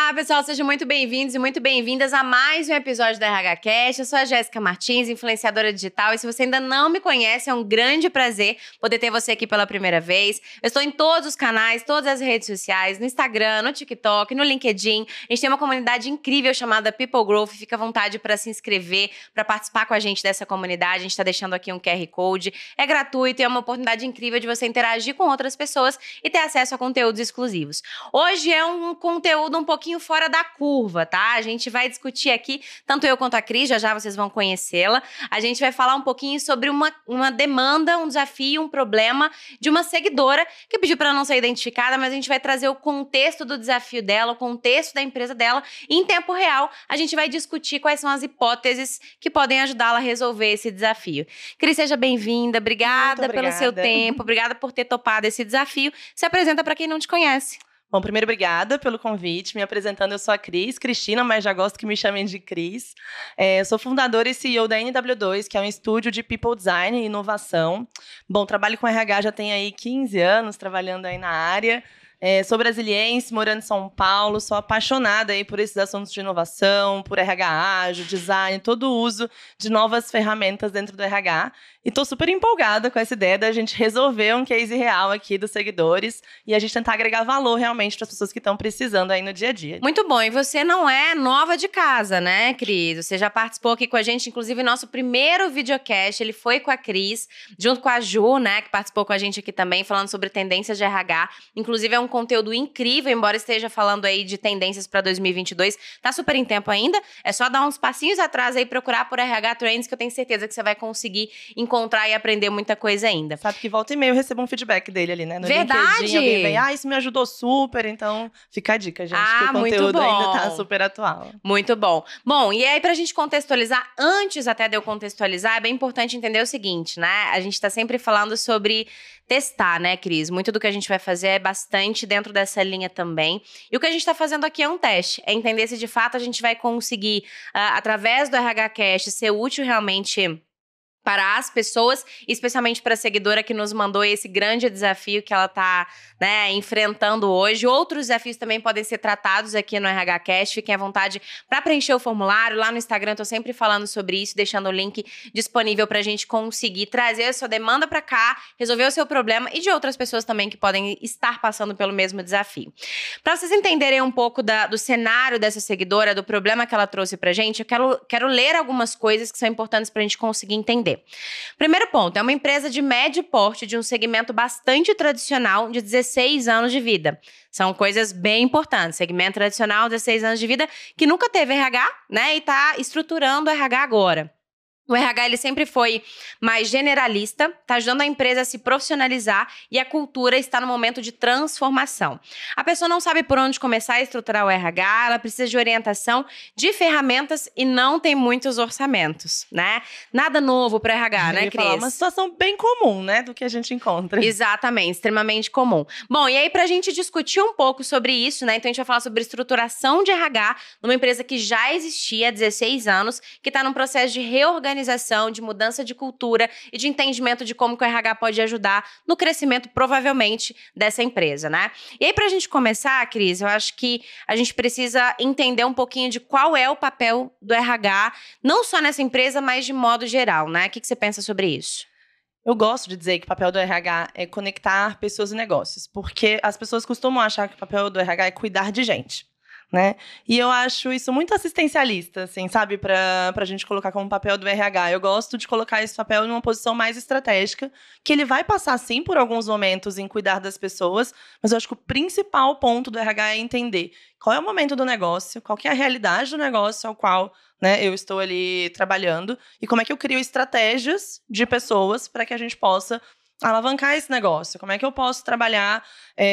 Olá, pessoal, sejam muito bem-vindos e muito bem-vindas a mais um episódio da RH Cast. Eu sou a Jéssica Martins, influenciadora digital, e se você ainda não me conhece, é um grande prazer poder ter você aqui pela primeira vez. Eu estou em todos os canais, todas as redes sociais, no Instagram, no TikTok, no LinkedIn. A gente tem uma comunidade incrível chamada People Growth. Fica à vontade para se inscrever, para participar com a gente dessa comunidade. A gente está deixando aqui um QR Code. É gratuito e é uma oportunidade incrível de você interagir com outras pessoas e ter acesso a conteúdos exclusivos. Hoje é um conteúdo um pouquinho fora da curva, tá? A gente vai discutir aqui, tanto eu quanto a Cris, já vocês vão conhecê-la. A gente vai falar um pouquinho sobre uma demanda, um desafio, um problema de uma seguidora que pediu para não ser identificada, mas a gente vai trazer o contexto do desafio dela, o contexto da empresa dela, e em tempo real a gente vai discutir quais são as hipóteses que podem ajudá-la a resolver esse desafio. Cris, seja bem-vinda, obrigada pelo seu tempo, obrigada por ter topado esse desafio. Se apresenta para quem não te conhece. Bom, primeiro, obrigada pelo convite. Me apresentando, eu sou a Cristina, mas já gosto que me chamem de Cris. Eu sou fundadora e CEO da NW2, que é um estúdio de People Design e inovação. Bom, trabalho com RH já tem aí 15 anos, trabalhando aí na área. Sou brasiliense, morando em São Paulo, sou apaixonada aí por esses assuntos de inovação, por RH ágil, design, todo o uso de novas ferramentas dentro do RH. E estou super empolgada com essa ideia da gente resolver um case real aqui dos seguidores e a gente tentar agregar valor realmente para as pessoas que estão precisando aí no dia a dia. Muito bom. E você não é nova de casa, né, Cris? Você já participou aqui com a gente, inclusive nosso primeiro videocast, ele foi com a Cris, junto com a Ju, né, que participou com a gente aqui também, falando sobre tendências de RH. Inclusive é um conteúdo incrível, embora esteja falando aí de tendências para 2022. Tá super em tempo ainda. É só dar uns passinhos atrás aí, procurar por RH Trends, que eu tenho certeza que você vai conseguir encontrar e aprender muita coisa ainda. Sabe que volta e meia eu recebo um feedback dele ali, né? No Verdade! LinkedIn, alguém vem, isso me ajudou super. Então, fica a dica, gente, que o conteúdo ainda tá super atual. Muito bom. Bom, e aí pra gente contextualizar, antes até de eu contextualizar, é bem importante entender o seguinte, né? A gente tá sempre falando sobre testar, né, Cris? Muito do que a gente vai fazer é bastante dentro dessa linha também. E o que a gente tá fazendo aqui é um teste. É entender se de fato a gente vai conseguir, através do RH Cast, ser útil realmente para as pessoas, especialmente para a seguidora que nos mandou esse grande desafio que ela está, né, enfrentando hoje. Outros desafios também podem ser tratados aqui no RH Cast. Fiquem à vontade para preencher o formulário. Lá no Instagram eu estou sempre falando sobre isso, deixando o link disponível para a gente conseguir trazer a sua demanda para cá, resolver o seu problema e de outras pessoas também que podem estar passando pelo mesmo desafio. Para vocês entenderem um pouco do cenário dessa seguidora, do problema que ela trouxe para a gente, eu quero ler algumas coisas que são importantes para a gente conseguir entender. Primeiro ponto, é uma empresa de médio porte, de um segmento bastante tradicional, de 16 anos de vida. São coisas bem importantes. Segmento tradicional, 16 anos de vida, que nunca teve RH, né? E está estruturando o RH agora. O RH, ele sempre foi mais generalista, está ajudando a empresa a se profissionalizar e a cultura está no momento de transformação. A pessoa não sabe por onde começar a estruturar o RH, ela precisa de orientação, de ferramentas e não tem muitos orçamentos, né? Nada novo para RH, né, Cris? É uma situação bem comum, né, do que a gente encontra. Exatamente, extremamente comum. Bom, e aí pra gente discutir um pouco sobre isso, né, então a gente vai falar sobre estruturação de RH numa empresa que já existia há 16 anos, que está num processo de reorganização, de mudança de cultura e de entendimento de como que o RH pode ajudar no crescimento, provavelmente, dessa empresa, né? E aí, pra gente começar, Cris, eu acho que a gente precisa entender um pouquinho de qual é o papel do RH, não só nessa empresa, mas de modo geral, né? O que você pensa sobre isso? Eu gosto de dizer que o papel do RH é conectar pessoas e negócios, porque as pessoas costumam achar que o papel do RH é cuidar de gente, né? E eu acho isso muito assistencialista, assim, sabe? Pra gente colocar como papel do RH. Eu gosto de colocar esse papel em uma posição mais estratégica, que ele vai passar, sim, por alguns momentos em cuidar das pessoas, mas eu acho que o principal ponto do RH é entender qual é o momento do negócio, qual que é a realidade do negócio ao qual, né, eu estou ali trabalhando e como é que eu crio estratégias de pessoas para que a gente possa alavancar esse negócio. Como é que eu posso trabalhar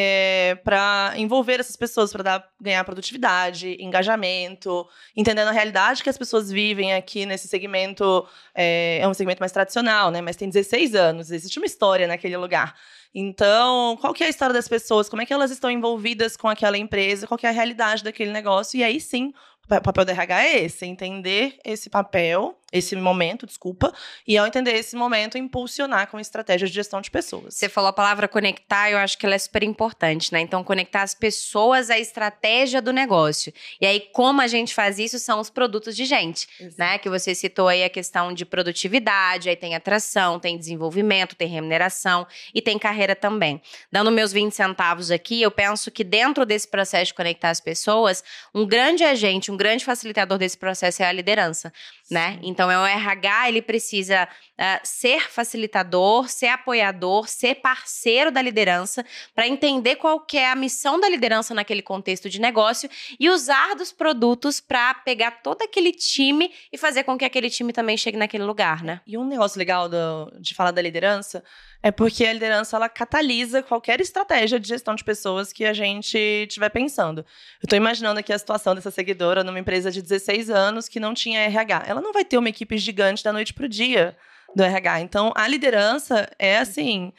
para envolver essas pessoas, para ganhar produtividade, engajamento, entendendo a realidade que as pessoas vivem aqui nesse segmento. É um segmento mais tradicional, né? Mas tem 16 anos, existe uma história naquele lugar. Então, qual que é a história das pessoas? Como é que elas estão envolvidas com aquela empresa? Qual que é a realidade daquele negócio? E aí, sim, o papel do RH é esse, entender esse papel esse momento, desculpa, e ao entender esse momento, impulsionar com estratégias de gestão de pessoas. Você falou a palavra conectar, eu acho que ela é super importante, né? Então, conectar as pessoas à estratégia do negócio. E aí, como a gente faz isso, são os produtos de gente, né? Que você citou aí a questão de produtividade, aí tem atração, tem desenvolvimento, tem remuneração e tem carreira também. Dando meus 20 centavos aqui, eu penso que dentro desse processo de conectar as pessoas, um grande agente, um grande facilitador desse processo é a liderança, né? Então, o RH, ele precisa ser facilitador, ser apoiador, ser parceiro da liderança para entender qual que é a missão da liderança naquele contexto de negócio e usar dos produtos para pegar todo aquele time e fazer com que aquele time também chegue naquele lugar, né? E um negócio legal de falar da liderança é porque a liderança, ela catalisa qualquer estratégia de gestão de pessoas que a gente estiver pensando. Eu tô imaginando aqui a situação dessa seguidora numa empresa de 16 anos que não tinha RH. Ela não vai ter uma equipe gigante da noite pro dia do RH. Então, a liderança é, assim,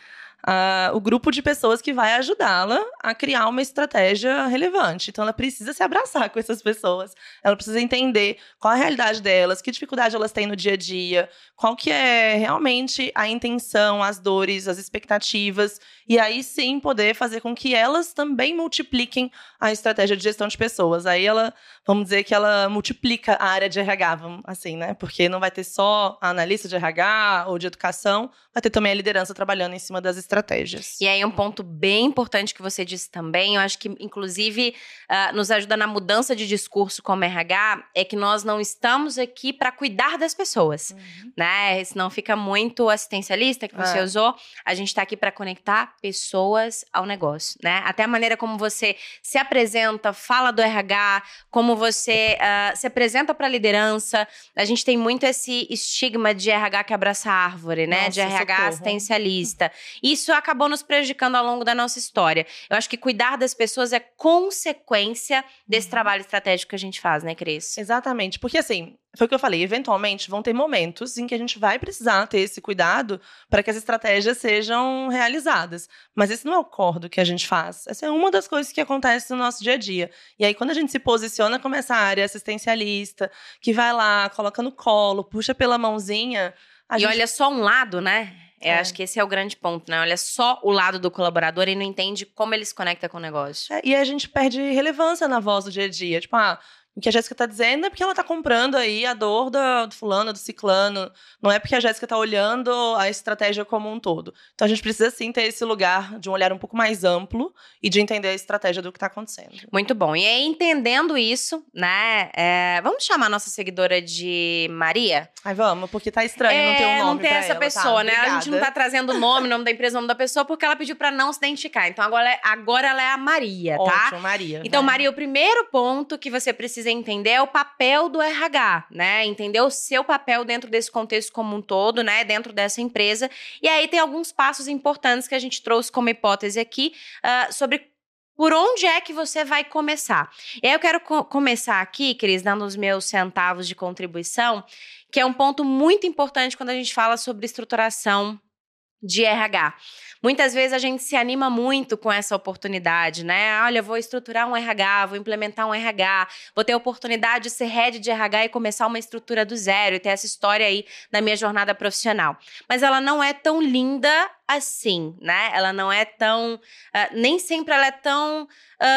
o grupo de pessoas que vai ajudá-la a criar uma estratégia relevante. Então, ela precisa se abraçar com essas pessoas. Ela precisa entender qual a realidade delas, que dificuldade elas têm no dia a dia, qual que é realmente a intenção, as dores, as expectativas. E aí, sim, poder fazer com que elas também multipliquem a estratégia de gestão de pessoas. Aí, vamos dizer que ela multiplica a área de RH, assim, né? Porque não vai ter só a analista de RH ou de educação, vai ter também a liderança trabalhando em cima das estratégias. E aí, um ponto bem importante que você disse também, eu acho que, inclusive, nos ajuda na mudança de discurso como RH, é que nós não estamos aqui para cuidar das pessoas, né? Senão fica muito assistencialista, que você usou. A gente está aqui para conectar pessoas ao negócio, né? Até a maneira como você se apresenta, fala do RH, como você se apresenta para a liderança. A gente tem muito esse estigma de RH que abraça a árvore, né? Nossa, de RH socorro. assistencialista. Isso acabou nos prejudicando ao longo da nossa história. Eu acho que cuidar das pessoas é consequência desse trabalho estratégico que a gente faz, né, Cris? Exatamente, porque assim, foi o que eu falei, eventualmente vão ter momentos em que a gente vai precisar ter esse cuidado para que as estratégias sejam realizadas. Mas esse não é o core do que a gente faz. Essa é uma das coisas que acontece no nosso dia a dia. E aí, quando a gente se posiciona como essa área assistencialista, que vai lá, coloca no colo, puxa pela mãozinha… olha só um lado, né? Acho que esse é o grande ponto, né? Olha só o lado do colaborador e não entende como ele se conecta com o negócio. E a gente perde relevância na voz do dia a dia. Tipo, o que a Jéssica tá dizendo é porque ela tá comprando aí a dor do fulano, do ciclano. Não é porque a Jéssica tá olhando a estratégia como um todo. Então, a gente precisa, sim, ter esse lugar de um olhar um pouco mais amplo e de entender a estratégia do que tá acontecendo. Muito bom. E aí, entendendo isso, né? Vamos chamar a nossa seguidora de Maria? Vamos, porque tá estranho não ter um nome não ter pra essa ela, pessoa, tá? né? Obrigada. A gente não tá trazendo o nome da empresa, o nome da pessoa, porque ela pediu pra não se identificar. Então, agora ela é a Maria, tá? Ótimo, Maria. Então, Maria, o primeiro ponto que você precisa entender é o papel do RH, né? Entender o seu papel dentro desse contexto como um todo, né? Dentro dessa empresa. E aí, tem alguns passos importantes que a gente trouxe como hipótese aqui sobre por onde é que você vai começar. E aí, eu quero começar aqui, Cris, dando os meus centavos de contribuição, que é um ponto muito importante quando a gente fala sobre estruturação de RH. Muitas vezes a gente se anima muito com essa oportunidade, né? Olha, vou estruturar um RH, vou implementar um RH, vou ter a oportunidade de ser head de RH e começar uma estrutura do zero e ter essa história aí da minha jornada profissional. Mas ela não é tão linda assim, né? Ela não é tão… nem sempre ela é tão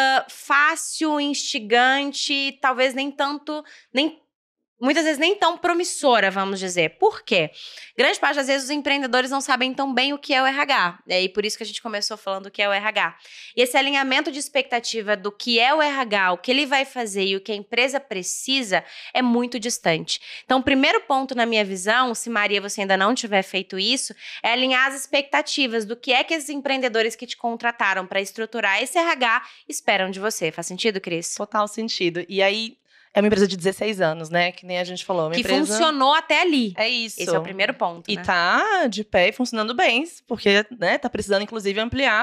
fácil, instigante, talvez muitas vezes nem tão promissora, vamos dizer. Por quê? Grande parte das vezes os empreendedores não sabem tão bem o que é o RH. E por isso que a gente começou falando o que é o RH. E esse alinhamento de expectativa do que é o RH, o que ele vai fazer e o que a empresa precisa é muito distante. Então, o primeiro ponto na minha visão, se Maria, você ainda não tiver feito isso, é alinhar as expectativas do que é que esses empreendedores que te contrataram para estruturar esse RH esperam de você. Faz sentido, Cris? Total sentido. E aí, é uma empresa de 16 anos, né? Que nem a gente falou. Que funcionou até ali. É isso. Esse é o primeiro ponto, E né? tá de pé e funcionando bem, porque, né, tá precisando, inclusive, ampliar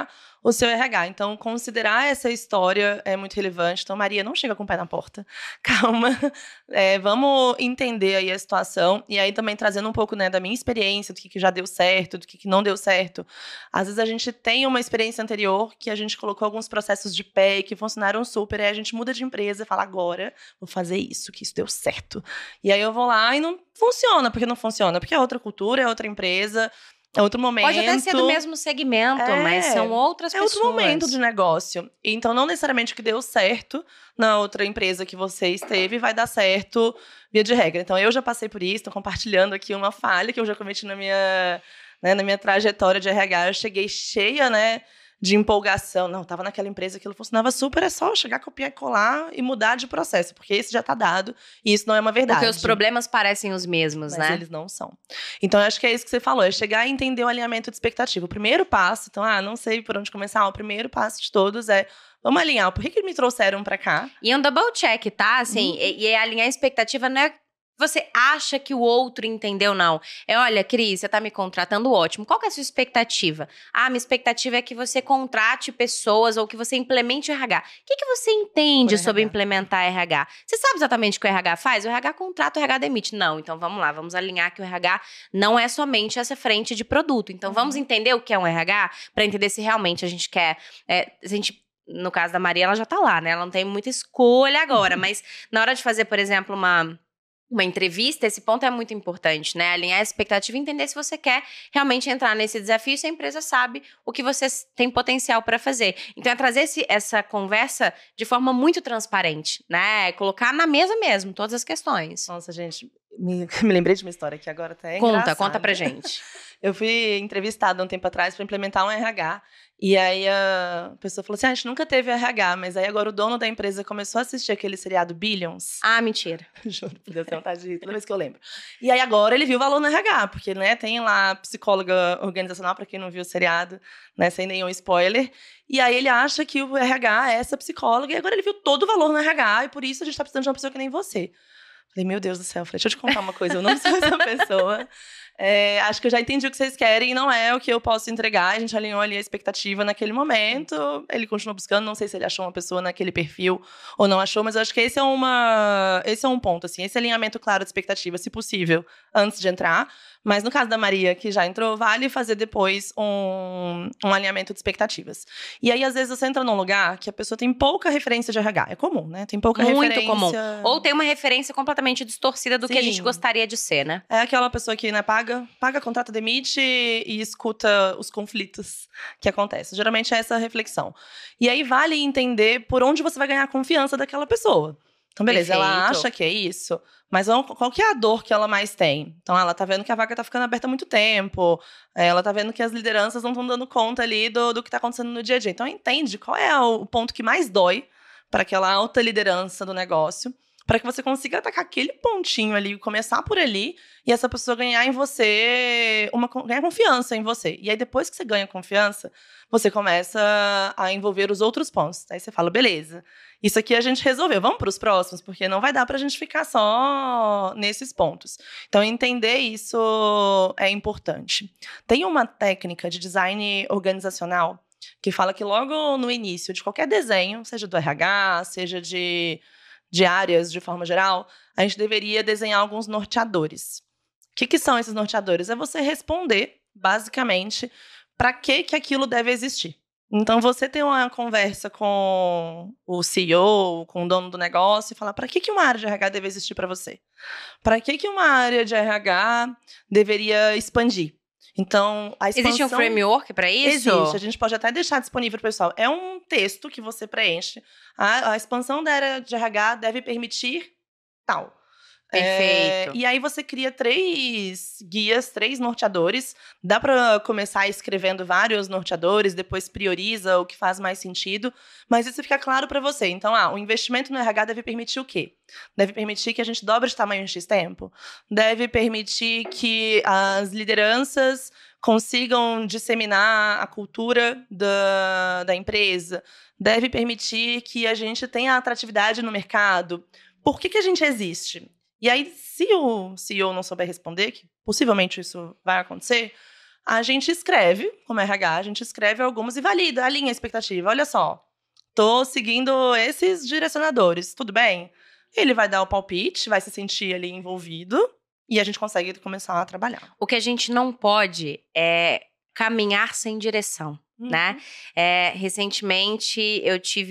o seu RH. Então, considerar essa história é muito relevante. Então, Maria, não chega com o pé na porta. Calma. Vamos entender aí a situação. E aí, também trazendo um pouco, né, da minha experiência, do que já deu certo, do que não deu certo. Às vezes, a gente tem uma experiência anterior que a gente colocou alguns processos de pé que funcionaram super. Aí, a gente muda de empresa e fala, agora, vou fazer isso, que isso deu certo. E aí, eu vou lá e não funciona. Por que não funciona? Porque é outra cultura, é outra empresa. É outro momento. Pode até ser do mesmo segmento, mas são outras pessoas. É outro momento de negócio. Então, não necessariamente o que deu certo na outra empresa que você esteve vai dar certo via de regra. Então, eu já passei por isso, estou compartilhando aqui uma falha que eu já cometi na minha trajetória de RH. Eu cheguei cheia, né, de empolgação. Não, estava naquela empresa, aquilo funcionava super, é só chegar, copiar, colar e mudar de processo, porque esse já está dado e isso não é uma verdade. Porque os problemas parecem os mesmos, mas né? Eles não são. Então, eu acho que é isso que você falou, é chegar e entender o alinhamento de expectativa. O primeiro passo, então, não sei por onde começar, o primeiro passo de todos é, vamos alinhar, por que me trouxeram pra cá? E um double check, tá? Assim, e alinhar a expectativa não é você acha que o outro entendeu, não. Olha, Cris, você tá me contratando, ótimo. Qual que é a sua expectativa? Minha expectativa é que você contrate pessoas ou que você implemente o RH. O que você entende sobre implementar RH? Você sabe exatamente o que o RH faz? O RH contrata, o RH demite. Não, então vamos lá, vamos alinhar que o RH não é somente essa frente de produto. Então vamos entender o que é um RH para entender se realmente a gente quer... No caso da Maria, ela já tá lá, né? Ela não tem muita escolha agora, mas na hora de fazer, por exemplo, uma entrevista, esse ponto é muito importante, né? Alinhar a expectativa e entender se você quer realmente entrar nesse desafio, se a empresa sabe o que você tem potencial para fazer. Então, é trazer essa conversa de forma muito transparente, né? Colocar na mesa mesmo todas as questões. Nossa, gente, me lembrei de uma história que agora tá engraçada. Conta pra gente. Eu fui entrevistada um tempo atrás para implementar um RH. E aí a pessoa falou assim, a gente nunca teve RH, mas aí agora o dono da empresa começou a assistir aquele seriado Billions. Mentira. Juro, por Deus, tenho vontade de rir toda vez que eu lembro. E aí agora ele viu o valor no RH, porque, né, tem lá psicóloga organizacional, para quem não viu o seriado, né, sem nenhum spoiler. E aí ele acha que o RH é essa psicóloga, e agora ele viu todo o valor no RH, e por isso a gente tá precisando de uma pessoa que nem você. Falei, meu Deus do céu, deixa eu te contar uma coisa, eu não sou essa pessoa. Acho que eu já entendi o que vocês querem e não é o que eu posso entregar. A gente alinhou ali a expectativa naquele momento. Ele continuou buscando, não sei se ele achou uma pessoa naquele perfil ou não achou, mas eu acho que esse é um ponto, assim, esse alinhamento claro de expectativa, se possível, antes de entrar. Mas no caso da Maria, que já entrou, vale fazer depois um alinhamento de expectativas. E aí, às vezes, você entra num lugar que a pessoa tem pouca referência de RH. É comum, né? Tem pouca referência. Muito comum. Ou tem uma referência completamente distorcida do Sim. que a gente gostaria de ser, né? É aquela pessoa que, né, paga, contrata, demite e escuta os conflitos que acontecem. Geralmente é essa a reflexão. E aí, vale entender por onde você vai ganhar a confiança daquela pessoa. Então, beleza, Perfeito. Ela acha que é isso, mas qual que é a dor que ela mais tem? Então, ela tá vendo que a vaga tá ficando aberta há muito tempo, ela tá vendo que as lideranças não estão dando conta ali do que tá acontecendo no dia a dia. Então, entende qual é o ponto que mais dói para aquela alta liderança do negócio, para que você consiga atacar aquele pontinho ali, começar por ali, e essa pessoa ganhar em você, ganhar confiança em você. E aí, depois que você ganha confiança, você começa a envolver os outros pontos. Aí você fala, beleza, isso aqui a gente resolveu, vamos para os próximos, porque não vai dar para a gente ficar só nesses pontos. Então, entender isso é importante. Tem uma técnica de design organizacional que fala que logo no início de qualquer desenho, seja do RH, seja de áreas de forma geral, a gente deveria desenhar alguns norteadores. O que são esses norteadores? É você responder, basicamente, para que aquilo deve existir. Então, você tem uma conversa com o CEO, com o dono do negócio, e falar para que uma área de RH deve existir para você? Para que uma área de RH deveria expandir? Então, a expansão... Existe um framework para isso? Existe. A gente pode até deixar disponível para o pessoal. É um texto que você preenche. A expansão da área de RH deve permitir tal. Perfeito. E aí você cria 3 guias, 3 norteadores. Dá para começar escrevendo vários norteadores, depois prioriza o que faz mais sentido. Mas isso fica claro para você. Então, o investimento no RH deve permitir o quê? Deve permitir que a gente dobre de tamanho em X tempo. Deve permitir que as lideranças consigam disseminar a cultura da empresa. Deve permitir que a gente tenha atratividade no mercado. Por que a gente existe? E aí, se o CEO não souber responder, que possivelmente isso vai acontecer, a gente escreve, como RH, a gente escreve algumas e valida, alinha a expectativa. Olha só, tô seguindo esses direcionadores, tudo bem? Ele vai dar o palpite, vai se sentir ali envolvido e a gente consegue começar a trabalhar. O que a gente não pode é caminhar sem direção. Né? Recentemente eu tive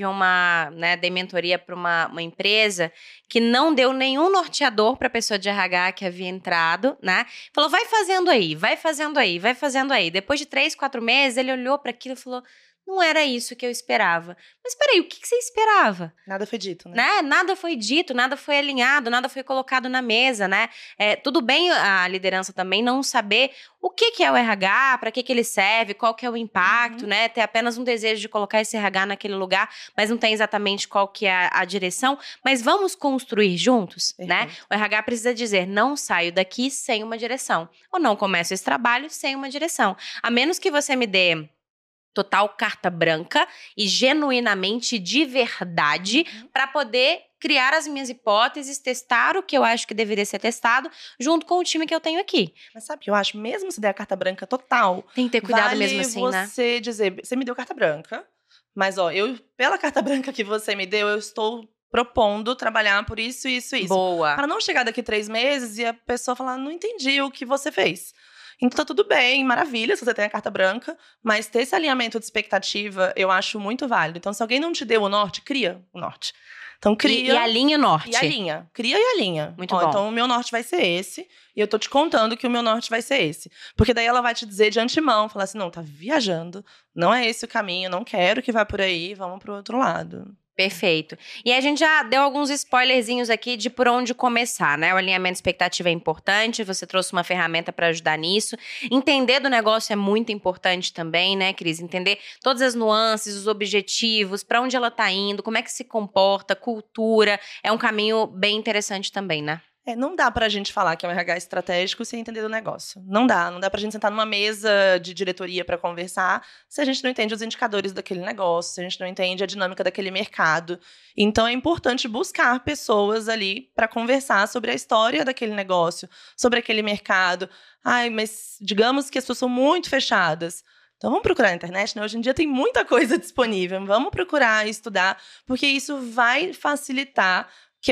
dei mentoria para uma empresa que não deu nenhum norteador para a pessoa de RH que havia entrado, né? Falou, vai fazendo aí, vai fazendo aí, vai fazendo aí. Depois de 3, 4 meses, ele olhou para aquilo e falou, não era isso que eu esperava. Mas peraí, o que você esperava? Nada foi dito, né? Nada foi dito, nada foi alinhado, nada foi colocado na mesa, né? Tudo bem a liderança também não saber o que é o RH, para que ele serve, qual que é o impacto, né? Ter apenas um desejo de colocar esse RH naquele lugar, mas não tem exatamente qual que é a direção. Mas vamos construir juntos, né? O RH precisa dizer, não saio daqui sem uma direção. Ou não começo esse trabalho sem uma direção. A menos que você me dê total carta branca e genuinamente de verdade para poder criar as minhas hipóteses, testar o que eu acho que deveria ser testado junto com o time que eu tenho aqui. Mas sabe o que eu acho? Mesmo se der a carta branca total, tem que ter cuidado vale mesmo assim, né? Você dizer, você me deu carta branca, mas ó, pela carta branca que você me deu, eu estou propondo trabalhar por isso, isso, isso. Boa. Para não chegar daqui 3 meses e a pessoa falar, não entendi o que você fez. Então tá tudo bem, maravilha, se você tem a carta branca, mas ter esse alinhamento de expectativa eu acho muito válido. Então se alguém não te deu o norte, cria o norte. Então cria… E alinha o norte. E alinha. Cria e alinha. Muito bom. Então o meu norte vai ser esse, e eu tô te contando que o meu norte vai ser esse. Porque daí ela vai te dizer de antemão, falar assim, não, tá viajando, não é esse o caminho, não quero que vá por aí, vamos pro outro lado. Perfeito. E a gente já deu alguns spoilerzinhos aqui de por onde começar, né? O alinhamento de expectativa é importante, você trouxe uma ferramenta para ajudar nisso. Entender do negócio é muito importante também, né, Cris? Entender todas as nuances, os objetivos, para onde ela tá indo, como é que se comporta, cultura. É um caminho bem interessante também, né? Não dá pra gente falar que é um RH estratégico sem entender do negócio. Não dá pra gente sentar numa mesa de diretoria pra conversar se a gente não entende os indicadores daquele negócio, se a gente não entende a dinâmica daquele mercado. Então é importante buscar pessoas ali pra conversar sobre a história daquele negócio, sobre aquele mercado. Ai, mas digamos que as pessoas são muito fechadas. Então vamos procurar na internet, né? Hoje em dia tem muita coisa disponível. Vamos procurar e estudar, porque isso vai facilitar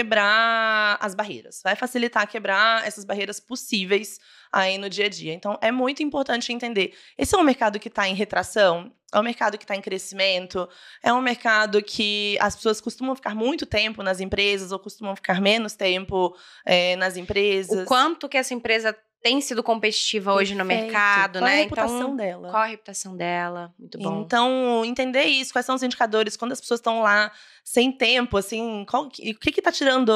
quebrar as barreiras, vai facilitar quebrar essas barreiras possíveis aí no dia a dia. Então, é muito importante entender, esse é um mercado que está em retração, é um mercado que está em crescimento, é um mercado que as pessoas costumam ficar muito tempo nas empresas ou costumam ficar menos tempo nas empresas. O quanto que essa empresa tem sido competitiva hoje no mercado, Qual né? é a reputação dela? Qual a reputação dela? Muito bom. Então, entender isso, quais são os indicadores, quando as pessoas estão lá sem tempo, assim, o que está tirando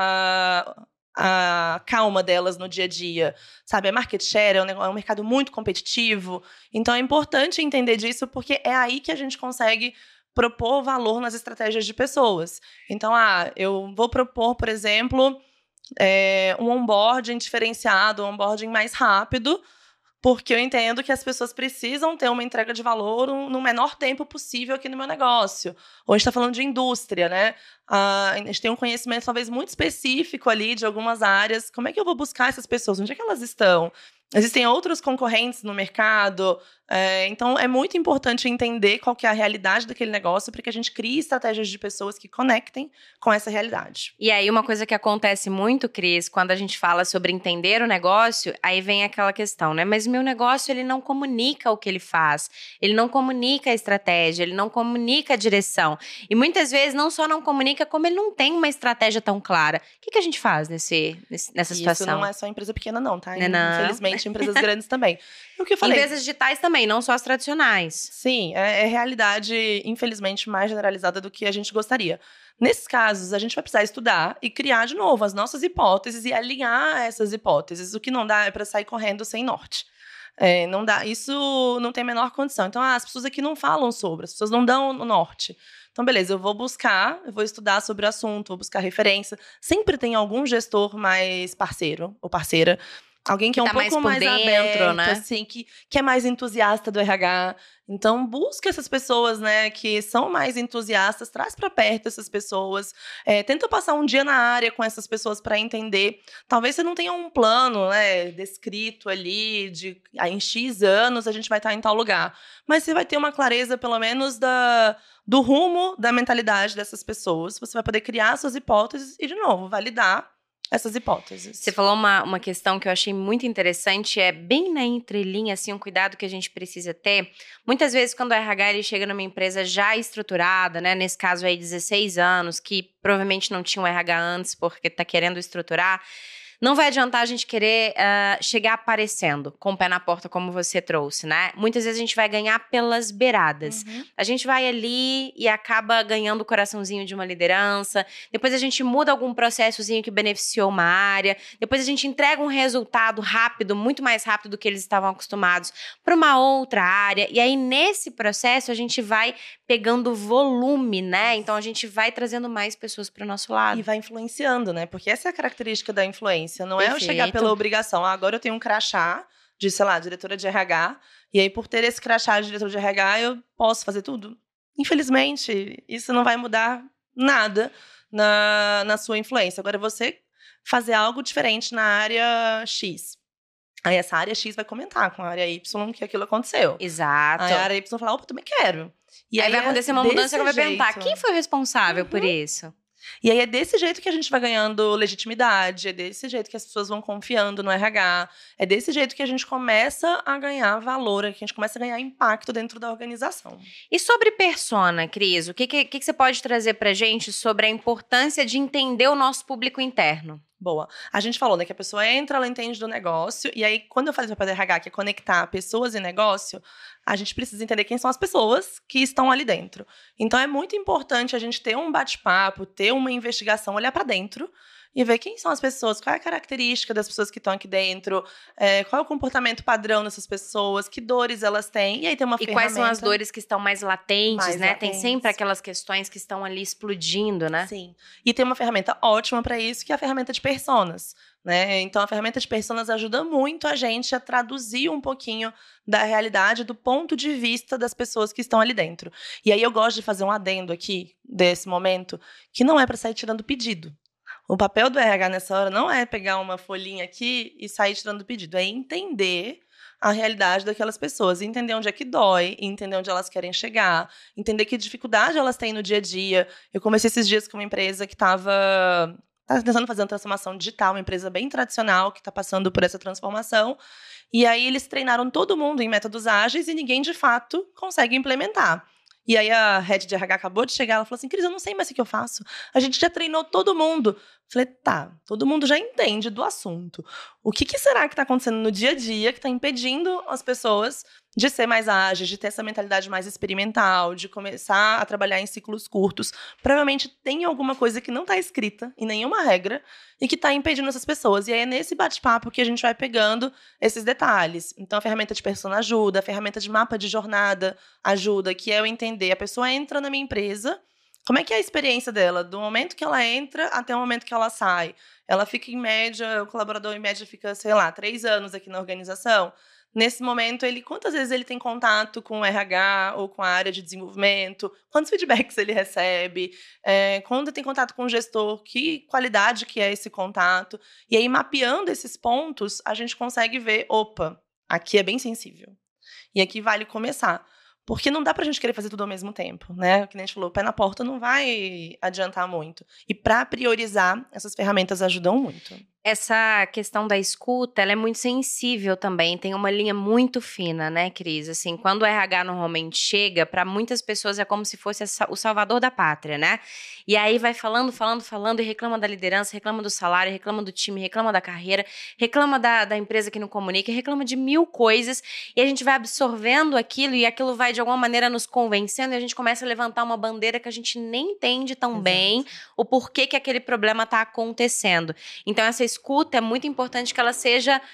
a calma delas no dia a dia? Sabe, é market share, é um mercado muito competitivo. Então, é importante entender disso, porque é aí que a gente consegue propor valor nas estratégias de pessoas. Então, eu vou propor, por exemplo… um onboarding diferenciado, um onboarding mais rápido, porque eu entendo que as pessoas precisam ter uma entrega de valor no menor tempo possível aqui no meu negócio. Ou a gente está falando de indústria, né? A gente tem um conhecimento talvez muito específico ali de algumas áreas. Como é que eu vou buscar essas pessoas? Onde é que elas estão? Existem outros concorrentes no mercado, então é muito importante entender qual que é a realidade daquele negócio para que a gente crie estratégias de pessoas que conectem com essa realidade. E aí uma coisa que acontece muito, Cris, quando a gente fala sobre entender o negócio, aí vem aquela questão, né? Mas o meu negócio, ele não comunica o que ele faz, ele não comunica a estratégia, ele não comunica a direção. E muitas vezes não só não comunica, como ele não tem uma estratégia tão clara. O que a gente faz nessa situação? Isso não é só empresa pequena não, tá? Não. Infelizmente, empresas grandes também. O que eu falei. Empresas digitais também, não só as tradicionais. Sim, é realidade, infelizmente, mais generalizada do que a gente gostaria. Nesses casos, a gente vai precisar estudar e criar de novo as nossas hipóteses e alinhar essas hipóteses. O que não dá é para sair correndo sem norte. Não dá, isso não tem a menor condição. Então, as pessoas aqui não falam sobre, as pessoas não dão o norte. Então, beleza, eu vou estudar sobre o assunto, vou buscar referência. Sempre tem algum gestor mais parceiro ou parceira Alguém que é um tá mais pouco por mais dentro, aberto, né? assim, que é mais entusiasta do RH. Então, busca essas pessoas, né, que são mais entusiastas, traz para perto essas pessoas. Tenta passar um dia na área com essas pessoas para entender. Talvez você não tenha um plano, né, descrito ali, de em X anos a gente vai estar em tal lugar. Mas você vai ter uma clareza, pelo menos, do rumo, da mentalidade dessas pessoas. Você vai poder criar suas hipóteses e, de novo, validar essas hipóteses. Você falou uma questão que eu achei muito interessante, é bem na entrelinha, assim, um cuidado que a gente precisa ter. Muitas vezes, quando o RH ele chega numa empresa já estruturada, né, nesse caso aí 16 anos, que provavelmente não tinha um RH antes porque tá querendo estruturar, não vai adiantar a gente querer chegar aparecendo, com o pé na porta, como você trouxe, né? Muitas vezes a gente vai ganhar pelas beiradas. A gente vai ali e acaba ganhando o coraçãozinho de uma liderança, depois a gente muda algum processozinho que beneficiou uma área, depois a gente entrega um resultado rápido, muito mais rápido do que eles estavam acostumados, para uma outra área, e aí nesse processo a gente vai pegando volume, né? Então a gente vai trazendo mais pessoas para o nosso lado. E vai influenciando, né? Porque essa é a característica da influência. Não é eu chegar Perfeito. pela obrigação. Agora eu tenho um crachá de, sei lá, diretora de RH. E aí, por ter esse crachá de diretora de RH, eu posso fazer tudo? Infelizmente, isso não vai mudar nada na sua influência. Agora, você fazer algo diferente na área X. Aí essa área X vai comentar com a área Y que aquilo aconteceu. Exato. Aí a área Y fala, opa, também quero. E aí vai acontecer uma mudança que vai perguntar, jeito. quem foi o responsável por isso? E aí é desse jeito que a gente vai ganhando legitimidade, é desse jeito que as pessoas vão confiando no RH, é desse jeito que a gente começa a ganhar valor, que a gente começa a ganhar impacto dentro da organização. E sobre persona, Cris, o que você pode trazer pra gente sobre a importância de entender o nosso público interno? Boa. A gente falou, né, que a pessoa entra, ela entende do negócio, e aí, quando eu falei do papel do RH, que é conectar pessoas e negócio, a gente precisa entender quem são as pessoas que estão ali dentro. Então, é muito importante a gente ter um bate-papo, ter uma investigação, olhar para dentro e ver quem são as pessoas, qual é a característica das pessoas que estão aqui dentro, qual é o comportamento padrão dessas pessoas, que dores elas têm, e aí tem uma ferramenta. E quais são as dores que estão mais latentes, né? latentes. Tem sempre aquelas questões que estão ali explodindo, né? Sim. E tem uma ferramenta ótima para isso, que é a ferramenta de personas, né? Então, a ferramenta de personas ajuda muito a gente a traduzir um pouquinho da realidade, do ponto de vista das pessoas que estão ali dentro. E aí eu gosto de fazer um adendo aqui, desse momento, que não é para sair tirando pedido. O papel do RH nessa hora não é pegar uma folhinha aqui e sair tirando pedido, é entender a realidade daquelas pessoas, entender onde é que dói, entender onde elas querem chegar, entender que dificuldade elas têm no dia a dia. Eu comecei esses dias com uma empresa que estava tentando fazer uma transformação digital, uma empresa bem tradicional que está passando por essa transformação, e aí eles treinaram todo mundo em métodos ágeis e ninguém, de fato, consegue implementar. E aí a head de RH acabou de chegar, ela falou assim, Cris, eu não sei mais o que eu faço. A gente já treinou todo mundo. Falei, tá, todo mundo já entende do assunto. O que será que está acontecendo no dia a dia que está impedindo as pessoas de ser mais ágeis, de ter essa mentalidade mais experimental, de começar a trabalhar em ciclos curtos? Provavelmente tem alguma coisa que não está escrita em nenhuma regra e que está impedindo essas pessoas. E aí é nesse bate-papo que a gente vai pegando esses detalhes. Então a ferramenta de persona ajuda, a ferramenta de mapa de jornada ajuda, que é eu entender, a pessoa entra na minha empresa, como é que é a experiência dela? Do momento que ela entra até o momento que ela sai. Ela fica em média, o colaborador em média fica, sei lá, 3 anos aqui na organização. Nesse momento, quantas vezes ele tem contato com o RH ou com a área de desenvolvimento? Quantos feedbacks ele recebe? Quando tem contato com o gestor, que qualidade que é esse contato? E aí, mapeando esses pontos, a gente consegue ver, opa, aqui é bem sensível. E aqui vale começar. Porque não dá pra gente querer fazer tudo ao mesmo tempo, né? Que nem a gente falou, o pé na porta não vai adiantar muito. E pra priorizar, essas ferramentas ajudam muito. Essa questão da escuta, ela é muito sensível também, tem uma linha muito fina, né, Cris? Assim, quando o RH normalmente chega, para muitas pessoas é como se fosse o salvador da pátria, né? E aí vai falando e reclama da liderança, reclama do salário, reclama do time, reclama da carreira, reclama da empresa que não comunica, reclama de 1000 coisas, e a gente vai absorvendo aquilo e aquilo vai de alguma maneira nos convencendo e a gente começa a levantar uma bandeira que a gente nem entende tão bem o porquê que aquele problema está acontecendo. Então, essa escuta é muito importante que ela seja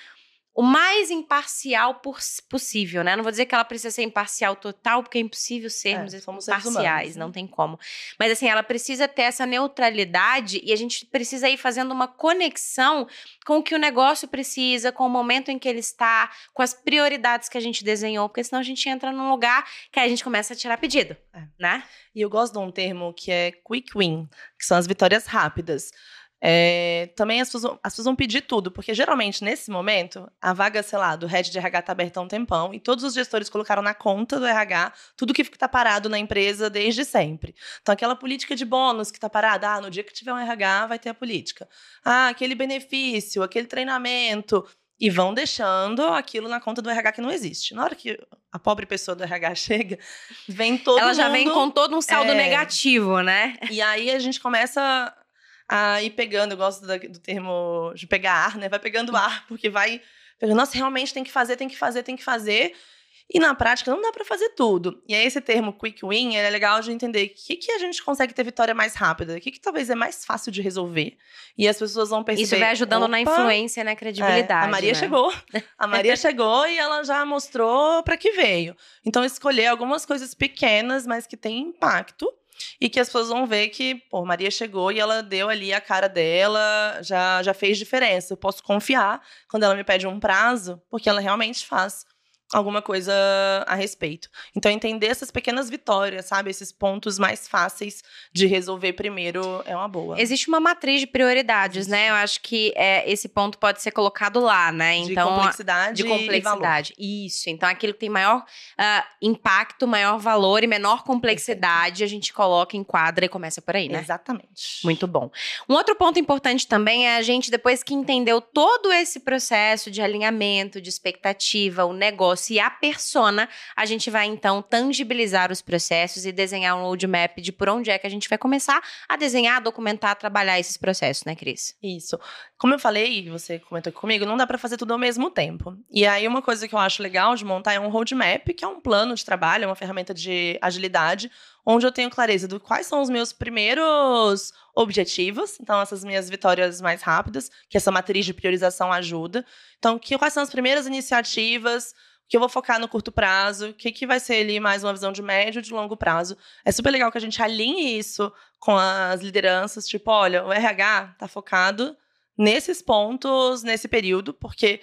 o mais imparcial possível, né? Não vou dizer que ela precisa ser imparcial total, porque é impossível sermos imparciais, não tem como. Mas assim, ela precisa ter essa neutralidade e a gente precisa ir fazendo uma conexão com o que o negócio precisa, com o momento em que ele está, com as prioridades que a gente desenhou, porque senão a gente entra num lugar que aí a gente começa a tirar pedido, né? E eu gosto de um termo que é quick win, que são as vitórias rápidas. Também as pessoas vão pedir tudo, porque geralmente nesse momento a vaga, sei lá, do head de RH tá aberta há um tempão e todos os gestores colocaram na conta do RH tudo que tá parado na empresa desde sempre. Então aquela política de bônus que tá parada, no dia que tiver um RH vai ter a política. Aquele benefício, aquele treinamento, e vão deixando aquilo na conta do RH que não existe. Na hora que a pobre pessoa do RH chega, vem todo mundo... Ela já vem com todo um saldo negativo, né? E aí a gente começa a ir pegando, eu gosto do termo de pegar ar, né? Vai pegando ar, porque vai pegando, nossa, realmente tem que fazer. E na prática não dá pra fazer tudo. E aí esse termo quick win, é legal de entender o que a gente consegue ter vitória mais rápida, o que talvez é mais fácil de resolver. E as pessoas vão perceber... Isso vai ajudando na influência e na credibilidade, a Maria né? chegou. A Maria chegou e ela já mostrou pra que veio. Então escolher algumas coisas pequenas, mas que têm impacto. E que as pessoas vão ver que, Maria chegou e ela deu ali a cara dela, já fez diferença. Eu posso confiar quando ela me pede um prazo, porque ela realmente faz alguma coisa a respeito. Então, entender essas pequenas vitórias, sabe? Esses pontos mais fáceis de resolver primeiro é uma boa. Existe uma matriz de prioridades, né? Eu acho que esse ponto pode ser colocado lá, né? Então, de complexidade e valor. Isso. Então, aquilo que tem maior impacto, maior valor e menor complexidade, a gente coloca, enquadra e começa por aí, né? Exatamente. Muito bom. Um outro ponto importante também é a gente, depois que entendeu todo esse processo de alinhamento, de expectativa, o negócio e a persona, a gente vai, então, tangibilizar os processos e desenhar um roadmap de por onde é que a gente vai começar a desenhar, documentar, trabalhar esses processos, né, Cris? Isso. Como eu falei, você comentou aqui comigo, não dá pra fazer tudo ao mesmo tempo. E aí, uma coisa que eu acho legal de montar é um roadmap, que é um plano de trabalho, é uma ferramenta de agilidade, onde eu tenho clareza do quais são os meus primeiros objetivos, então essas minhas vitórias mais rápidas, que essa matriz de priorização ajuda. Então, quais são as primeiras iniciativas que eu vou focar no curto prazo, o que vai ser ali mais uma visão de médio e de longo prazo. É super legal que a gente alinhe isso com as lideranças, tipo, olha, o RH tá focado nesses pontos, nesse período, porque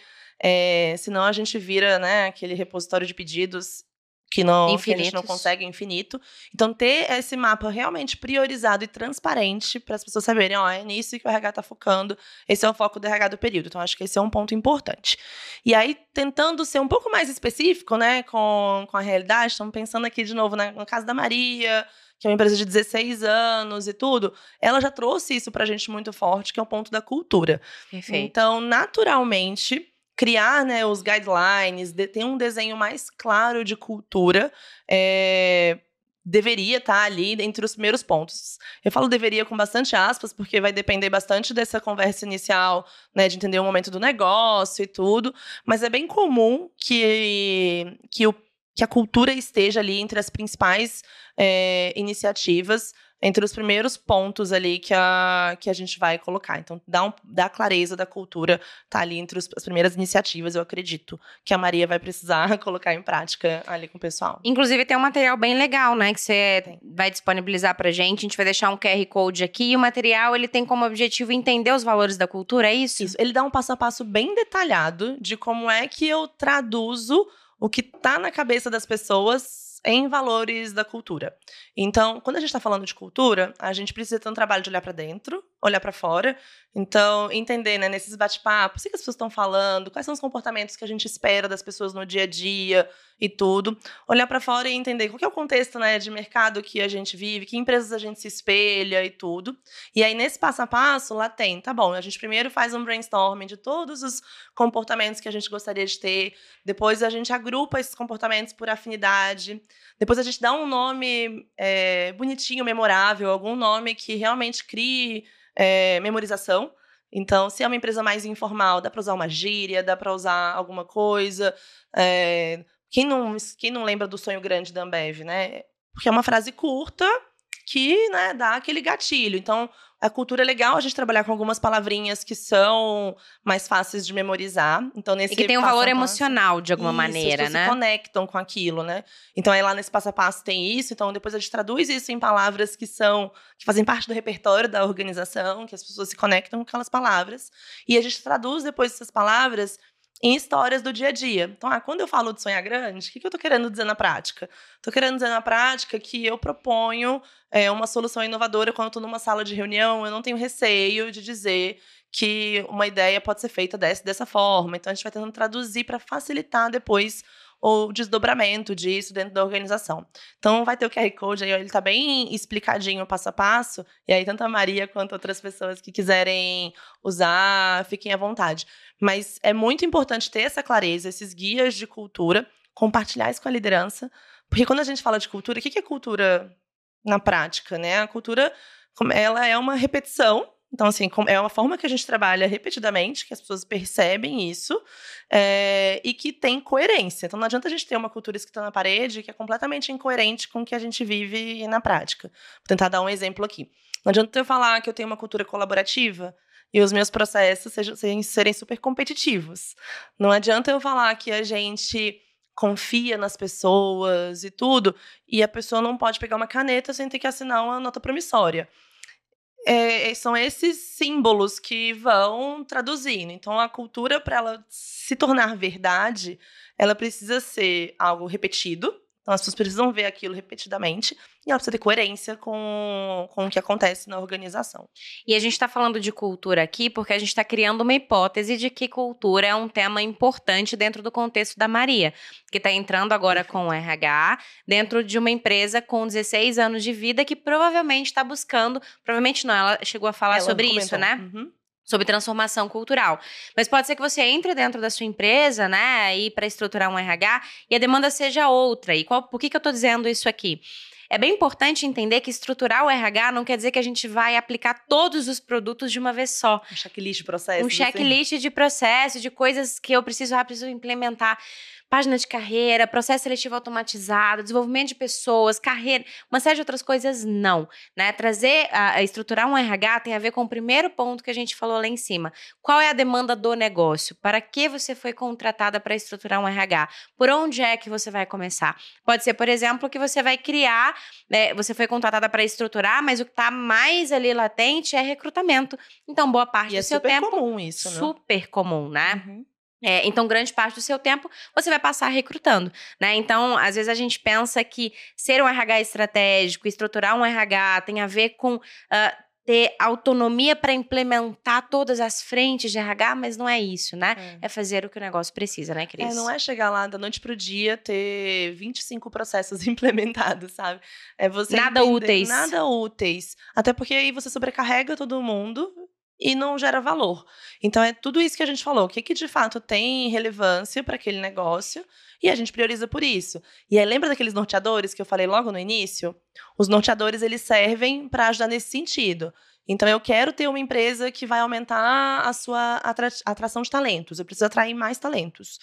senão a gente vira, né, aquele repositório de pedidos que a gente não consegue, infinito. Então, ter esse mapa realmente priorizado e transparente para as pessoas saberem, é nisso que o RH está focando, esse é o foco do RH do período. Então, acho que esse é um ponto importante. E aí, tentando ser um pouco mais específico, né, com a realidade, estamos pensando aqui de novo no caso da Maria, que é uma empresa de 16 anos e tudo, ela já trouxe isso pra gente muito forte, que é o ponto da cultura. Perfeito. Então, naturalmente, criar, né, os guidelines, ter um desenho mais claro de cultura, deveria estar ali entre os primeiros pontos. Eu falo deveria com bastante aspas, porque vai depender bastante dessa conversa inicial, né, de entender o momento do negócio e tudo, mas é bem comum que a cultura esteja ali entre as principais iniciativas, entre os primeiros pontos ali que a gente vai colocar. Então, dar clareza da cultura tá ali entre as primeiras iniciativas, eu acredito, que a Maria vai precisar colocar em prática ali com o pessoal. Inclusive, tem um material bem legal, né, que você vai disponibilizar pra gente. A gente vai deixar um QR Code aqui. E o material, ele tem como objetivo entender os valores da cultura, é isso? Isso. Ele dá um passo a passo bem detalhado de como é que eu traduzo o que tá na cabeça das pessoas em valores da cultura. Então, quando a gente está falando de cultura, a gente precisa ter um trabalho de olhar para dentro, olhar para fora. Então, entender, né, nesses bate-papos, o que as pessoas estão falando, quais são os comportamentos que a gente espera das pessoas no dia a dia e tudo. Olhar para fora e entender qual que é o contexto, né, de mercado que a gente vive, que empresas a gente se espelha e tudo. E aí, nesse passo a passo, lá tem, tá bom, a gente primeiro faz um brainstorming de todos os comportamentos que a gente gostaria de ter, depois a gente agrupa esses comportamentos por afinidade, depois a gente dá um nome bonitinho, memorável, algum nome que realmente crie memorização. Então, se é uma empresa mais informal, dá para usar uma gíria, dá para usar alguma coisa. Quem não lembra do sonho grande da Ambev, né? Porque é uma frase curta que, né, dá aquele gatilho. Então, A cultura é legal a gente trabalhar com algumas palavrinhas que são mais fáceis de memorizar. Então, nesse E que tem um passo a valor passo, emocional, de alguma maneira, as pessoas né? se conectam com aquilo, né? Então, aí lá nesse passo a passo tem isso. Então, depois a gente traduz isso em palavras que fazem parte do repertório da organização, que as pessoas se conectam com aquelas palavras. E a gente traduz depois essas palavras em histórias do dia a dia. Então, quando eu falo de sonhar grande, o que eu tô querendo dizer na prática? Tô querendo dizer na prática que eu proponho uma solução inovadora quando eu tô numa sala de reunião, eu não tenho receio de dizer que uma ideia pode ser feita dessa forma. Então, a gente vai tentando traduzir para facilitar depois o desdobramento disso dentro da organização. Então, vai ter o QR Code aí, ele tá bem explicadinho, passo a passo, e aí tanto a Maria quanto outras pessoas que quiserem usar, fiquem à vontade. Mas é muito importante ter essa clareza, esses guias de cultura, compartilhar isso com a liderança, porque quando a gente fala de cultura, o que é cultura na prática, né? A cultura, ela é uma repetição. Então, assim, é uma forma que a gente trabalha repetidamente, que as pessoas percebem isso, e que tem coerência. Então, não adianta a gente ter uma cultura escrita na parede que é completamente incoerente com o que a gente vive na prática. Vou tentar dar um exemplo aqui. Não adianta eu falar que eu tenho uma cultura colaborativa e os meus processos serem super competitivos. Não adianta eu falar que a gente confia nas pessoas e tudo, e a pessoa não pode pegar uma caneta sem ter que assinar uma nota promissória. São esses símbolos que vão traduzindo. Então, a cultura, para ela se tornar verdade, ela precisa ser algo repetido. Então, as pessoas precisam ver aquilo repetidamente. E ela precisa ter coerência com o que acontece na organização. E a gente está falando de cultura aqui porque a gente está criando uma hipótese de que cultura é um tema importante dentro do contexto da Maria, que está entrando agora com o RH dentro de uma empresa com 16 anos de vida que provavelmente está buscando, provavelmente não, ela chegou a falar sobre isso, né? Uhum. Sobre transformação cultural. Mas pode ser que você entre dentro da sua empresa, né, aí para estruturar um RH e a demanda seja outra. E por que eu estou dizendo isso aqui? É bem importante entender que estruturar o RH não quer dizer que a gente vai aplicar todos os produtos de uma vez só. Um checklist de processo. Um checklist de processo, de coisas que eu preciso implementar. Página de carreira, processo seletivo automatizado, desenvolvimento de pessoas, carreira, uma série de outras coisas, não. Né? Estruturar um RH tem a ver com o primeiro ponto que a gente falou lá em cima. Qual é a demanda do negócio? Para que você foi contratada para estruturar um RH? Por onde é que você vai começar? Pode ser, por exemplo, que você vai criar, você foi contratada para estruturar, mas o que está mais ali latente é recrutamento. Então, boa parte do seu tempo... é super comum isso, né? Super comum, né? Uhum. Então, grande parte do seu tempo você vai passar recrutando, né? Então, às vezes a gente pensa que ser um RH estratégico, estruturar um RH tem a ver com ter autonomia para implementar todas as frentes de RH, mas não é isso, né? É fazer o que o negócio precisa, né, Cris? Não é chegar lá da noite pro dia ter 25 processos implementados, sabe? É você Nada úteis. Nada úteis. Até porque aí você sobrecarrega todo mundo e não gera valor. Então, é tudo isso que a gente falou. O que de fato tem relevância para aquele negócio e a gente prioriza por isso. E aí, lembra daqueles norteadores que eu falei logo no início? Os norteadores, eles servem para ajudar nesse sentido. Então, eu quero ter uma empresa que vai aumentar a sua atração de talentos. Eu preciso atrair mais talentos.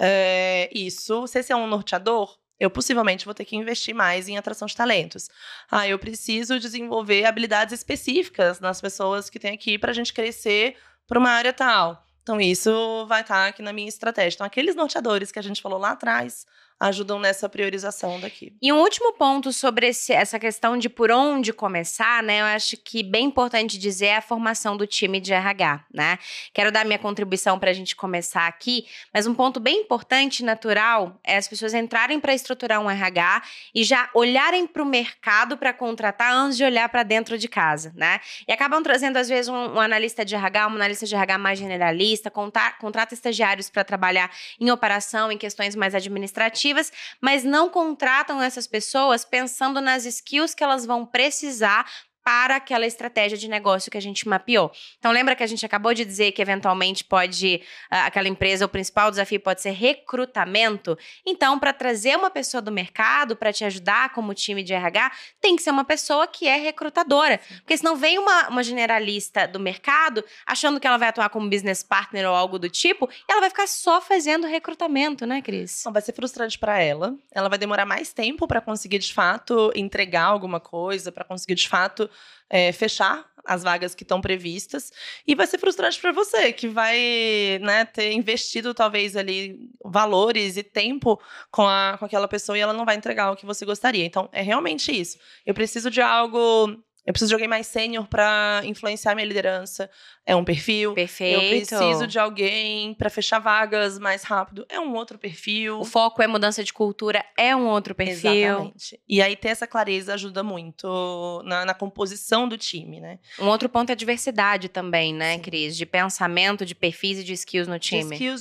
Se esse é um norteador, eu possivelmente vou ter que investir mais em atração de talentos. Eu preciso desenvolver habilidades específicas nas pessoas que tem aqui para a gente crescer para uma área tal. Então, isso vai estar aqui na minha estratégia. Então, aqueles norteadores que a gente falou lá atrás ajudam nessa priorização daqui. E um último ponto sobre essa questão de por onde começar, né? Eu acho que bem importante dizer é a formação do time de RH, né? Quero dar minha contribuição para a gente começar aqui, mas um ponto bem importante e natural é as pessoas entrarem para estruturar um RH e já olharem para o mercado para contratar antes de olhar para dentro de casa, né? E acabam trazendo, às vezes, um analista de RH, uma analista de RH mais generalista, contrata estagiários para trabalhar em operação, em questões mais administrativas, mas não contratam essas pessoas pensando nas skills que elas vão precisar para aquela estratégia de negócio que a gente mapeou. Então, lembra que a gente acabou de dizer que, eventualmente, aquela empresa, o principal desafio pode ser recrutamento? Então, para trazer uma pessoa do mercado, para te ajudar como time de RH, tem que ser uma pessoa que é recrutadora. Porque senão vem uma generalista do mercado, achando que ela vai atuar como business partner ou algo do tipo, e ela vai ficar só fazendo recrutamento, né, Cris? Vai ser frustrante para ela. Ela vai demorar mais tempo para conseguir, de fato, entregar alguma coisa, para conseguir, de fato, fechar as vagas que estão previstas. E vai ser frustrante para você, que vai, né, ter investido talvez ali valores e tempo com aquela pessoa e ela não vai entregar o que você gostaria. Então, é realmente isso. Eu preciso de alguém mais sênior para influenciar minha liderança. É um perfil. Perfeito. Eu preciso de alguém para fechar vagas mais rápido. É um outro perfil. O foco é mudança de cultura, é um outro perfil. Exatamente. E aí ter essa clareza ajuda muito na composição do time, né? Um outro ponto é a diversidade também, né, Sim. Cris? De pensamento, de perfis e de skills no time. De skills,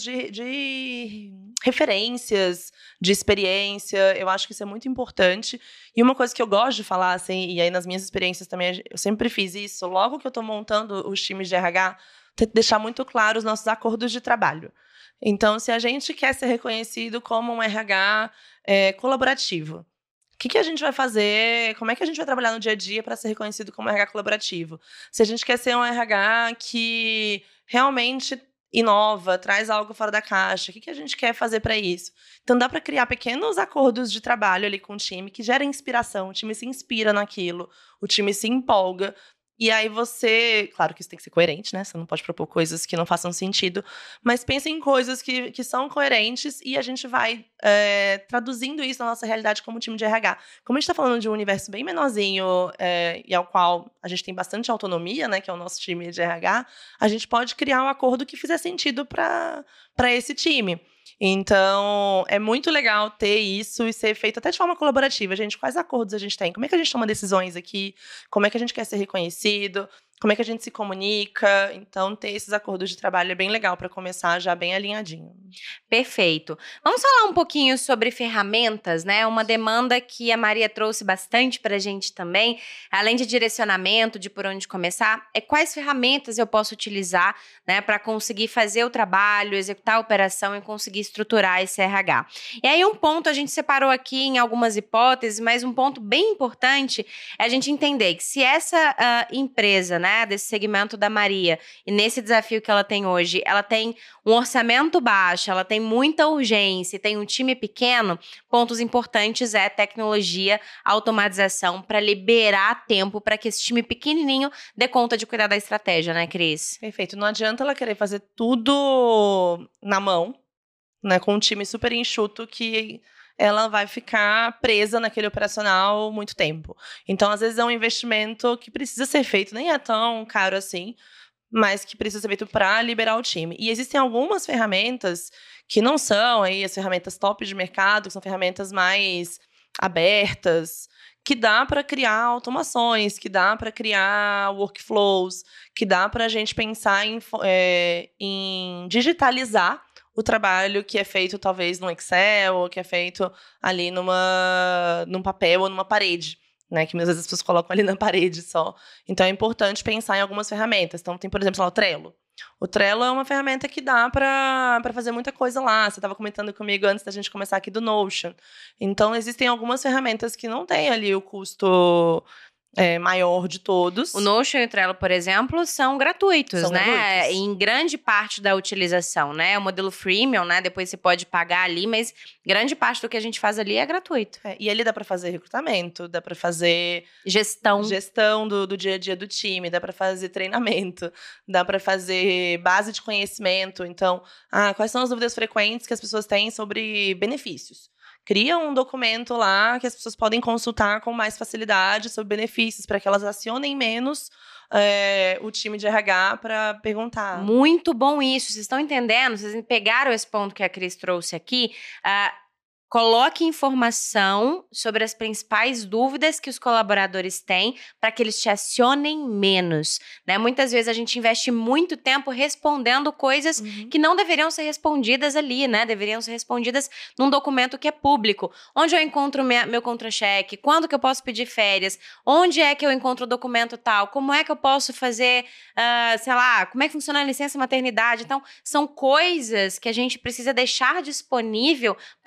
de referências, de experiência. Eu acho que isso é muito importante. E uma coisa que eu gosto de falar, assim, e aí nas minhas experiências também, eu sempre fiz isso. Logo que eu tô montando os times de RH, deixar muito claro os nossos acordos de trabalho. Então, se a gente quer ser reconhecido como um RH colaborativo, o que a gente vai fazer? Como é que a gente vai trabalhar no dia a dia para ser reconhecido como RH colaborativo? Se a gente quer ser um RH que realmente inova, traz algo fora da caixa, o que a gente quer fazer para isso? Então, dá para criar pequenos acordos de trabalho ali com o time que gera inspiração, o time se inspira naquilo, o time se empolga. E aí você... Claro que isso tem que ser coerente, né? Você não pode propor coisas que não façam sentido. Mas pensa em coisas que são coerentes e a gente vai traduzindo isso na nossa realidade como time de RH. Como a gente está falando de um universo bem menorzinho e ao qual a gente tem bastante autonomia, né? Que é o nosso time de RH. A gente pode criar um acordo que fizer sentido para esse time. Então, é muito legal ter isso e ser feito até de forma colaborativa. Gente, quais acordos a gente tem? Como é que a gente toma decisões aqui? Como é que a gente quer ser reconhecido? Como é que a gente se comunica? Então, ter esses acordos de trabalho é bem legal para começar já bem alinhadinho. Perfeito. Vamos falar um pouquinho sobre ferramentas, né? Uma demanda que a Maria trouxe bastante para a gente também, além de direcionamento, de por onde começar, é quais ferramentas eu posso utilizar, né, para conseguir fazer o trabalho, executar a operação e conseguir estruturar esse RH. E aí um ponto a gente separou aqui em algumas hipóteses, mas um ponto bem importante é a gente entender que se essa empresa, né, desse segmento da Maria, e nesse desafio que ela tem hoje, ela tem um orçamento baixo, ela tem muita urgência, tem um time pequeno, pontos importantes é tecnologia, automatização, para liberar tempo para que esse time pequenininho dê conta de cuidar da estratégia, né, Cris? Perfeito. Não adianta ela querer fazer tudo na mão, né, com um time super enxuto que ela vai ficar presa naquele operacional muito tempo. Então, às vezes, é um investimento que precisa ser feito, nem é tão caro assim, mas que precisa ser feito para liberar o time. E existem algumas ferramentas que não são aí as ferramentas top de mercado, que são ferramentas mais abertas, que dá para criar automações, que dá para criar workflows, que dá para a gente pensar em digitalizar o trabalho que é feito talvez no Excel, ou que é feito ali num papel ou numa parede, né? Que muitas vezes as pessoas colocam ali na parede só. Então é importante pensar em algumas ferramentas. Então tem, por exemplo, lá, o Trello. O Trello é uma ferramenta que dá para fazer muita coisa lá. Você estava comentando comigo antes da gente começar aqui do Notion. Então existem algumas ferramentas que não têm ali o custo maior de todos. O Notion e o Trello, por exemplo, são gratuitos, né? Gratuitos. Em grande parte da utilização, né? O modelo freemium, né? Depois você pode pagar ali, mas grande parte do que a gente faz ali é gratuito. E ali dá para fazer recrutamento, dá para fazer Gestão do dia a dia do time, dá para fazer treinamento, dá para fazer base de conhecimento. Então, quais são as dúvidas frequentes que as pessoas têm sobre benefícios? Cria um documento lá que as pessoas podem consultar com mais facilidade sobre benefícios, para que elas acionem menos o time de RH para perguntar. Muito bom isso. Vocês estão entendendo? Vocês pegaram esse ponto que a Cris trouxe aqui. Coloque informação sobre as principais dúvidas que os colaboradores têm para que eles te acionem menos, né? Muitas vezes a gente investe muito tempo respondendo coisas que não deveriam ser respondidas ali, né? Deveriam ser respondidas num documento que é público. Onde eu encontro meu contra-cheque? Quando que eu posso pedir férias? Onde é que eu encontro o documento tal? Como é que eu posso fazer, sei lá, como é que funciona a licença maternidade? Então, são coisas que a gente precisa deixar disponível para evitar que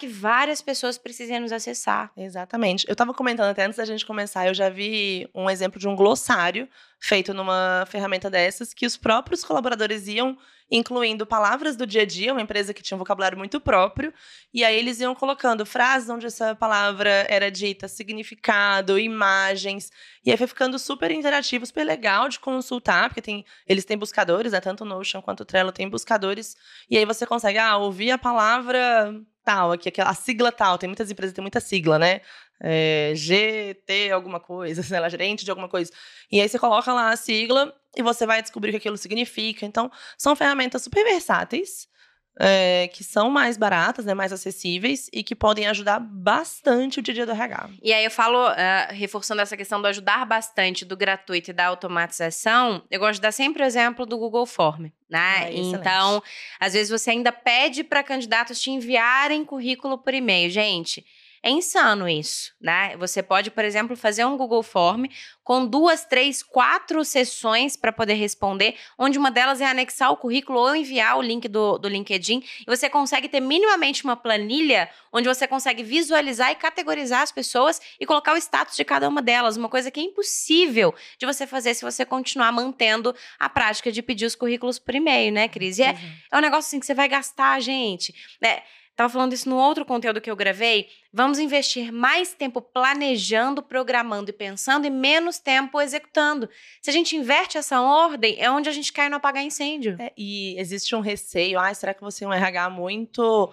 que várias pessoas precisem nos acessar. Exatamente. Eu estava comentando até antes da gente começar, eu já vi um exemplo de um glossário feito numa ferramenta dessas, que os próprios colaboradores iam incluindo palavras do dia a dia, uma empresa que tinha um vocabulário muito próprio, e aí eles iam colocando frases onde essa palavra era dita, significado, imagens, e aí foi ficando super interativo, super legal de consultar, porque eles têm buscadores, né, tanto o Notion quanto o Trello tem buscadores, e aí você consegue, ouvir a palavra tal, aqui, a sigla tal, tem muitas empresas que tem muita sigla, né? GT alguma coisa, sei lá, gerente de alguma coisa. E aí você coloca lá a sigla e você vai descobrir o que aquilo significa. Então, são ferramentas super versáteis, que são mais baratas, né, mais acessíveis e que podem ajudar bastante o dia a dia do RH. E aí eu falo, reforçando essa questão do ajudar bastante, do gratuito e da automatização, eu gosto de dar sempre o exemplo do Google Form, né? Então, às vezes você ainda pede para candidatos te enviarem currículo por e-mail. Gente, é insano isso, né? Você pode, por exemplo, fazer um Google Form com 2, 3, 4 sessões para poder responder, onde uma delas é anexar o currículo ou enviar o link do LinkedIn. E você consegue ter minimamente uma planilha onde você consegue visualizar e categorizar as pessoas e colocar o status de cada uma delas. Uma coisa que é impossível de você fazer se você continuar mantendo a prática de pedir os currículos por e-mail, né, Cris? E é um negócio assim que você vai gastar, gente, né? Tava falando isso no outro conteúdo que eu gravei. Vamos investir mais tempo planejando, programando e pensando e menos tempo executando. Se a gente inverte essa ordem, é onde a gente cai no apagar incêndio. E existe um receio. Será que você é um RH muito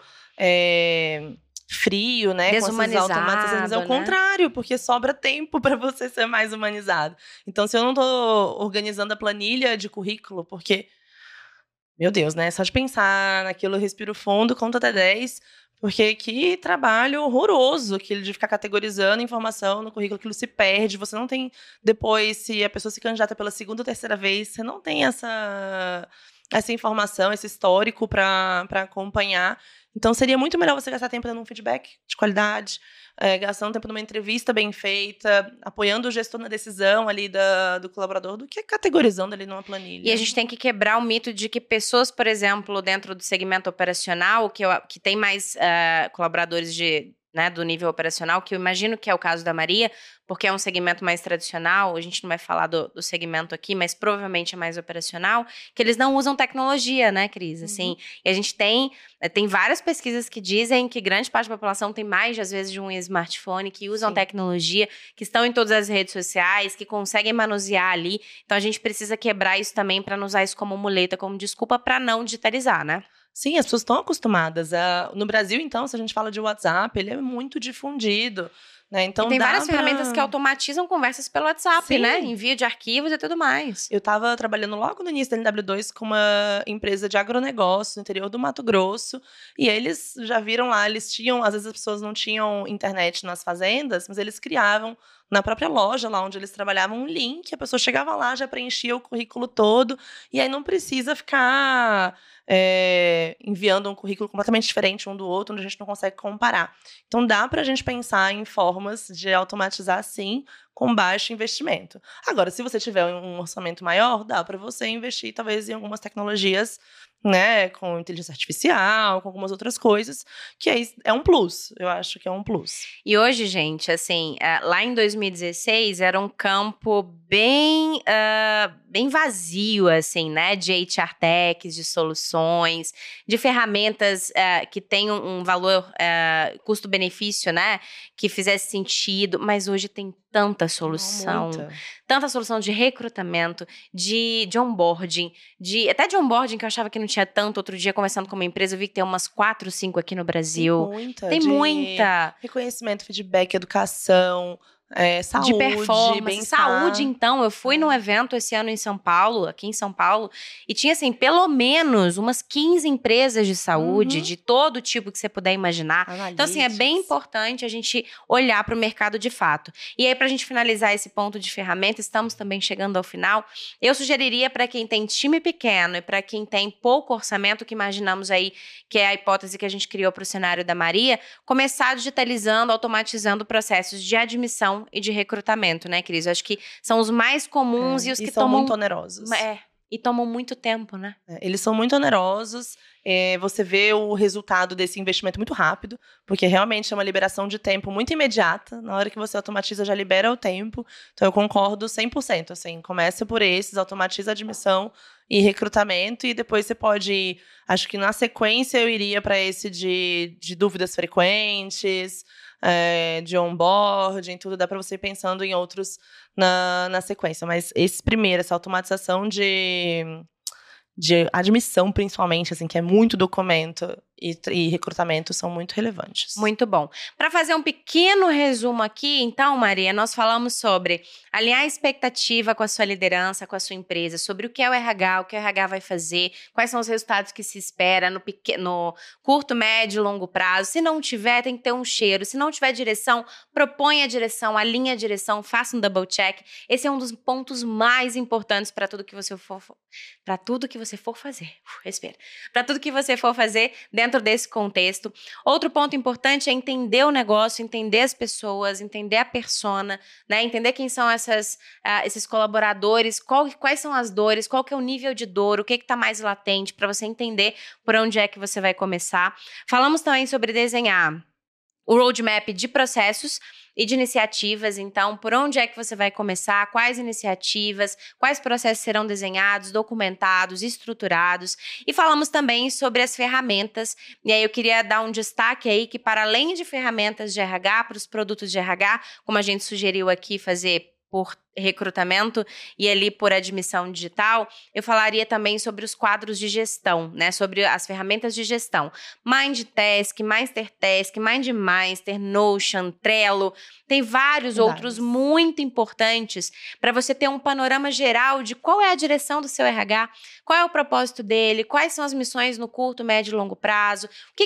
frio, né? Desumanizado, com essas automatizações? É o contrário, porque sobra tempo para você ser mais humanizado. Então, se eu não tô organizando a planilha de currículo, porque... Meu Deus, né? Só de pensar naquilo, eu respiro fundo, conto até 10, porque que trabalho horroroso aquele de ficar categorizando informação no currículo, aquilo se perde, você não tem depois, se a pessoa se candidata pela segunda ou terceira vez, você não tem essa informação, esse histórico para acompanhar. Então, seria muito melhor você gastar tempo dando um feedback de qualidade, gastando tempo numa entrevista bem feita, apoiando o gestor na decisão ali do colaborador, do que categorizando ali numa planilha. E a gente tem que quebrar o mito de que pessoas, por exemplo, dentro do segmento operacional, que tem mais colaboradores do nível operacional, que eu imagino que é o caso da Maria, porque é um segmento mais tradicional, a gente não vai falar do segmento aqui, mas provavelmente é mais operacional, que eles não usam tecnologia, né, Cris? Assim, e a gente tem várias pesquisas que dizem que grande parte da população tem mais, às vezes, de um smartphone, que usam tecnologia, que estão em todas as redes sociais, que conseguem manusear ali. Então, a gente precisa quebrar isso também para não usar isso como muleta, como desculpa para não digitalizar, né? Sim, as pessoas estão acostumadas. No Brasil, então, se a gente fala de WhatsApp, ele é muito difundido. Né? Então, e tem várias ferramentas que automatizam conversas pelo WhatsApp, né? Envio de arquivos e tudo mais. Eu estava trabalhando logo no início da NW2 com uma empresa de agronegócio no interior do Mato Grosso. E eles já viram lá, eles tinham... Às vezes as pessoas não tinham internet nas fazendas, mas eles criavam na própria loja, lá onde eles trabalhavam, um link. A pessoa chegava lá, já preenchia o currículo todo. E aí não precisa ficar... enviando um currículo completamente diferente um do outro, onde a gente não consegue comparar. Então, dá para a gente pensar em formas de automatizar, sim, com baixo investimento. Agora, se você tiver um orçamento maior, dá para você investir, talvez, em algumas tecnologias, né, com inteligência artificial, com algumas outras coisas, que é um plus. Eu acho que é um plus. E hoje, gente, assim, lá em 2016, era um campo bem vazio, assim, né, de HR techs, de soluções, de ferramentas que têm um valor custo-benefício, né, que fizesse sentido, mas hoje tem tanta solução, tanta solução de recrutamento, de onboarding, até de onboarding que eu achava que não tinha tanto. Outro dia, conversando com uma empresa, eu vi que tem umas 4, 5 aqui no Brasil. Tem muita. Reconhecimento, feedback, educação, saúde, de performance, bem-estar. Saúde, então. Eu fui num evento esse ano aqui em São Paulo, e tinha, assim, pelo menos umas 15 empresas de saúde, de todo tipo que você puder imaginar. Analytics. Então, assim, é bem importante a gente olhar para o mercado de fato. E aí, para a gente finalizar esse ponto de ferramenta, estamos também chegando ao final, eu sugeriria para quem tem time pequeno e para quem tem pouco orçamento, que imaginamos aí, que é a hipótese que a gente criou para o cenário da Maria, começar digitalizando, automatizando processos de admissão e de recrutamento, né, Cris? Eu acho que são os mais comuns e os que são tomam... muito onerosos. E tomam muito tempo, né? Eles são muito onerosos. Você vê o resultado desse investimento muito rápido, porque realmente é uma liberação de tempo muito imediata. Na hora que você automatiza, já libera o tempo. Então, eu concordo 100%. Assim, começa por esses, automatiza a admissão e recrutamento, e depois você pode ir. Acho que na sequência eu iria para esse de dúvidas frequentes, de onboarding, tudo. Dá para você ir pensando em outros na sequência. Mas esse primeiro, essa automatização de admissão, principalmente, assim, que é muito documento e recrutamento, são muito relevantes. Muito bom. Para fazer um pequeno resumo aqui, então, Maria, nós falamos sobre alinhar a expectativa com a sua liderança, com a sua empresa, sobre o que é o RH, o que o RH vai fazer, quais são os resultados que se espera no curto, médio e longo prazo. Se não tiver, tem que ter um cheiro. Se não tiver direção, propõe a direção, alinha a direção, faça um double check. Esse é um dos pontos mais importantes para tudo que você for fazer. Respira. Para tudo que você for fazer dentro desse contexto. Outro ponto importante é entender o negócio, entender as pessoas, entender a persona, né? Entender quem são esses colaboradores, quais são as dores, qual que é o nível de dor, o que está mais latente, para você entender por onde é que você vai começar. Falamos também sobre desenhar o roadmap de processos e de iniciativas. Então, por onde é que você vai começar, quais iniciativas, quais processos serão desenhados, documentados, estruturados. E falamos também sobre as ferramentas. E aí eu queria dar um destaque aí que, para além de ferramentas de RH, para os produtos de RH, como a gente sugeriu aqui fazer por recrutamento e ali por admissão digital, eu falaria também sobre os quadros de gestão, né? Sobre as ferramentas de gestão. Mindtask, MasterTask, MindMaster, Notion, Trello. Tem vários outros muito importantes para você ter um panorama geral de qual é a direção do seu RH, qual é o propósito dele, quais são as missões no curto, médio e longo prazo,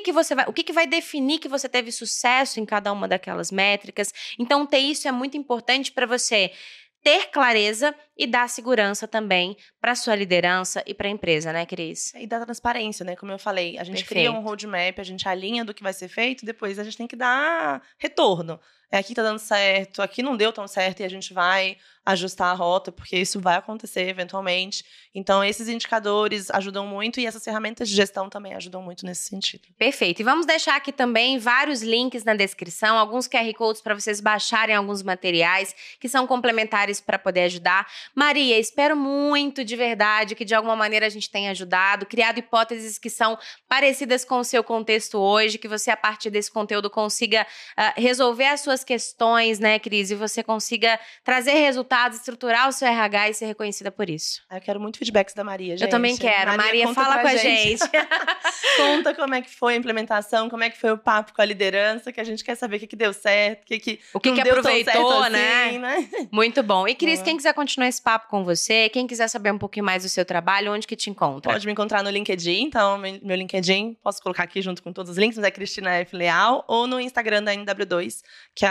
o que vai definir que você teve sucesso em cada uma daquelas métricas. Então, ter isso é muito importante para você ter clareza e dar segurança também para sua liderança e para a empresa, né, Cris? E dar transparência, né? Como eu falei, a gente cria um roadmap, a gente alinha do que vai ser feito, depois a gente tem que dar retorno. Aqui tá dando certo, aqui não deu tão certo e a gente vai ajustar a rota, porque isso vai acontecer eventualmente. Então, esses indicadores ajudam muito e essas ferramentas de gestão também ajudam muito nesse sentido. Perfeito. E vamos deixar aqui também vários links na descrição, alguns QR Codes para vocês baixarem alguns materiais que são complementares para poder ajudar. Maria, espero muito de verdade que de alguma maneira a gente tenha ajudado, criado hipóteses que são parecidas com o seu contexto hoje, que você, a partir desse conteúdo, consiga resolver as suas questões, né, Cris? E você consiga trazer resultados, estruturar o seu RH e ser reconhecida por isso. Eu quero muito feedbacks da Maria, gente. Eu também quero. Maria, fala com a gente. Conta como é que foi a implementação, como é que foi o papo com a liderança, que a gente quer saber o que deu certo, o que aproveitou, assim, né? Muito bom. E, Cris, quem quiser continuar esse papo com você, quem quiser saber um pouquinho mais do seu trabalho, onde que te encontra? Pode me encontrar no LinkedIn, então, meu LinkedIn, posso colocar aqui junto com todos os links, mas é Cristina F. Leal, ou no Instagram da NW2, que é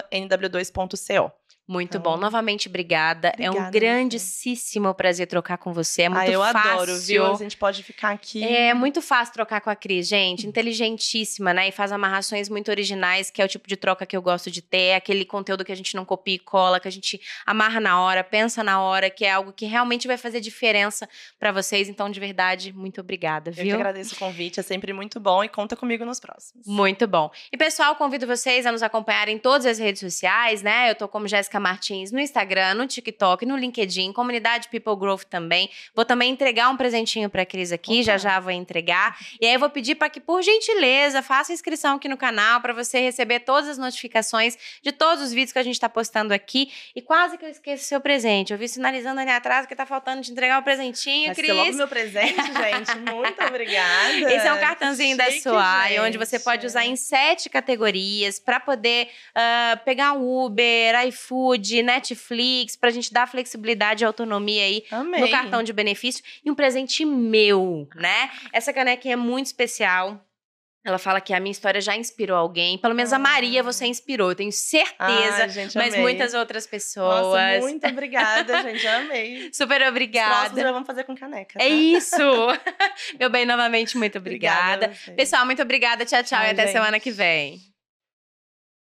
@nw2.co. Muito bom. Novamente, obrigada. É um grandíssimo prazer trocar com você. É muito fácil. Eu adoro, viu? A gente pode ficar aqui. É muito fácil trocar com a Cris, gente. Inteligentíssima, né? E faz amarrações muito originais, que é o tipo de troca que eu gosto de ter. Aquele conteúdo que a gente não copia e cola, que a gente amarra na hora, pensa na hora, que é algo que realmente vai fazer diferença pra vocês. Então, de verdade, muito obrigada, viu? Eu que agradeço o convite. É sempre muito bom e conta comigo nos próximos. Muito bom. E, pessoal, convido vocês a nos acompanharem em todas as redes sociais, né? Eu tô como Jéssica Martins no Instagram, no TikTok, no LinkedIn, comunidade People Growth também. Vou também entregar um presentinho pra Cris aqui, já vou entregar. E aí eu vou pedir para que, por gentileza, faça inscrição aqui no canal para você receber todas as notificações de todos os vídeos que a gente tá postando aqui. E quase que eu esqueço o seu presente. Eu vi sinalizando ali atrás que tá faltando te entregar o presentinho, Cris. Logo meu presente, gente. Muito obrigada. Esse é um cartãozinho da Suai, onde você pode usar em 7 categorias para poder pegar um Uber, iFood, Netflix, pra gente dar flexibilidade e autonomia aí no cartão de benefício. E um presente meu, né? Essa canequinha é muito especial. Ela fala que a minha história já inspirou alguém. Pelo menos a Maria você inspirou, eu tenho certeza. Gente, mas muitas outras pessoas. Nossa, muito obrigada, gente. Amei. Super obrigada. Os próximos já vamos fazer com caneca. Tá? É isso. Meu bem, novamente, muito obrigada. Pessoal, muito obrigada. Tchau, tchau. E até semana que vem.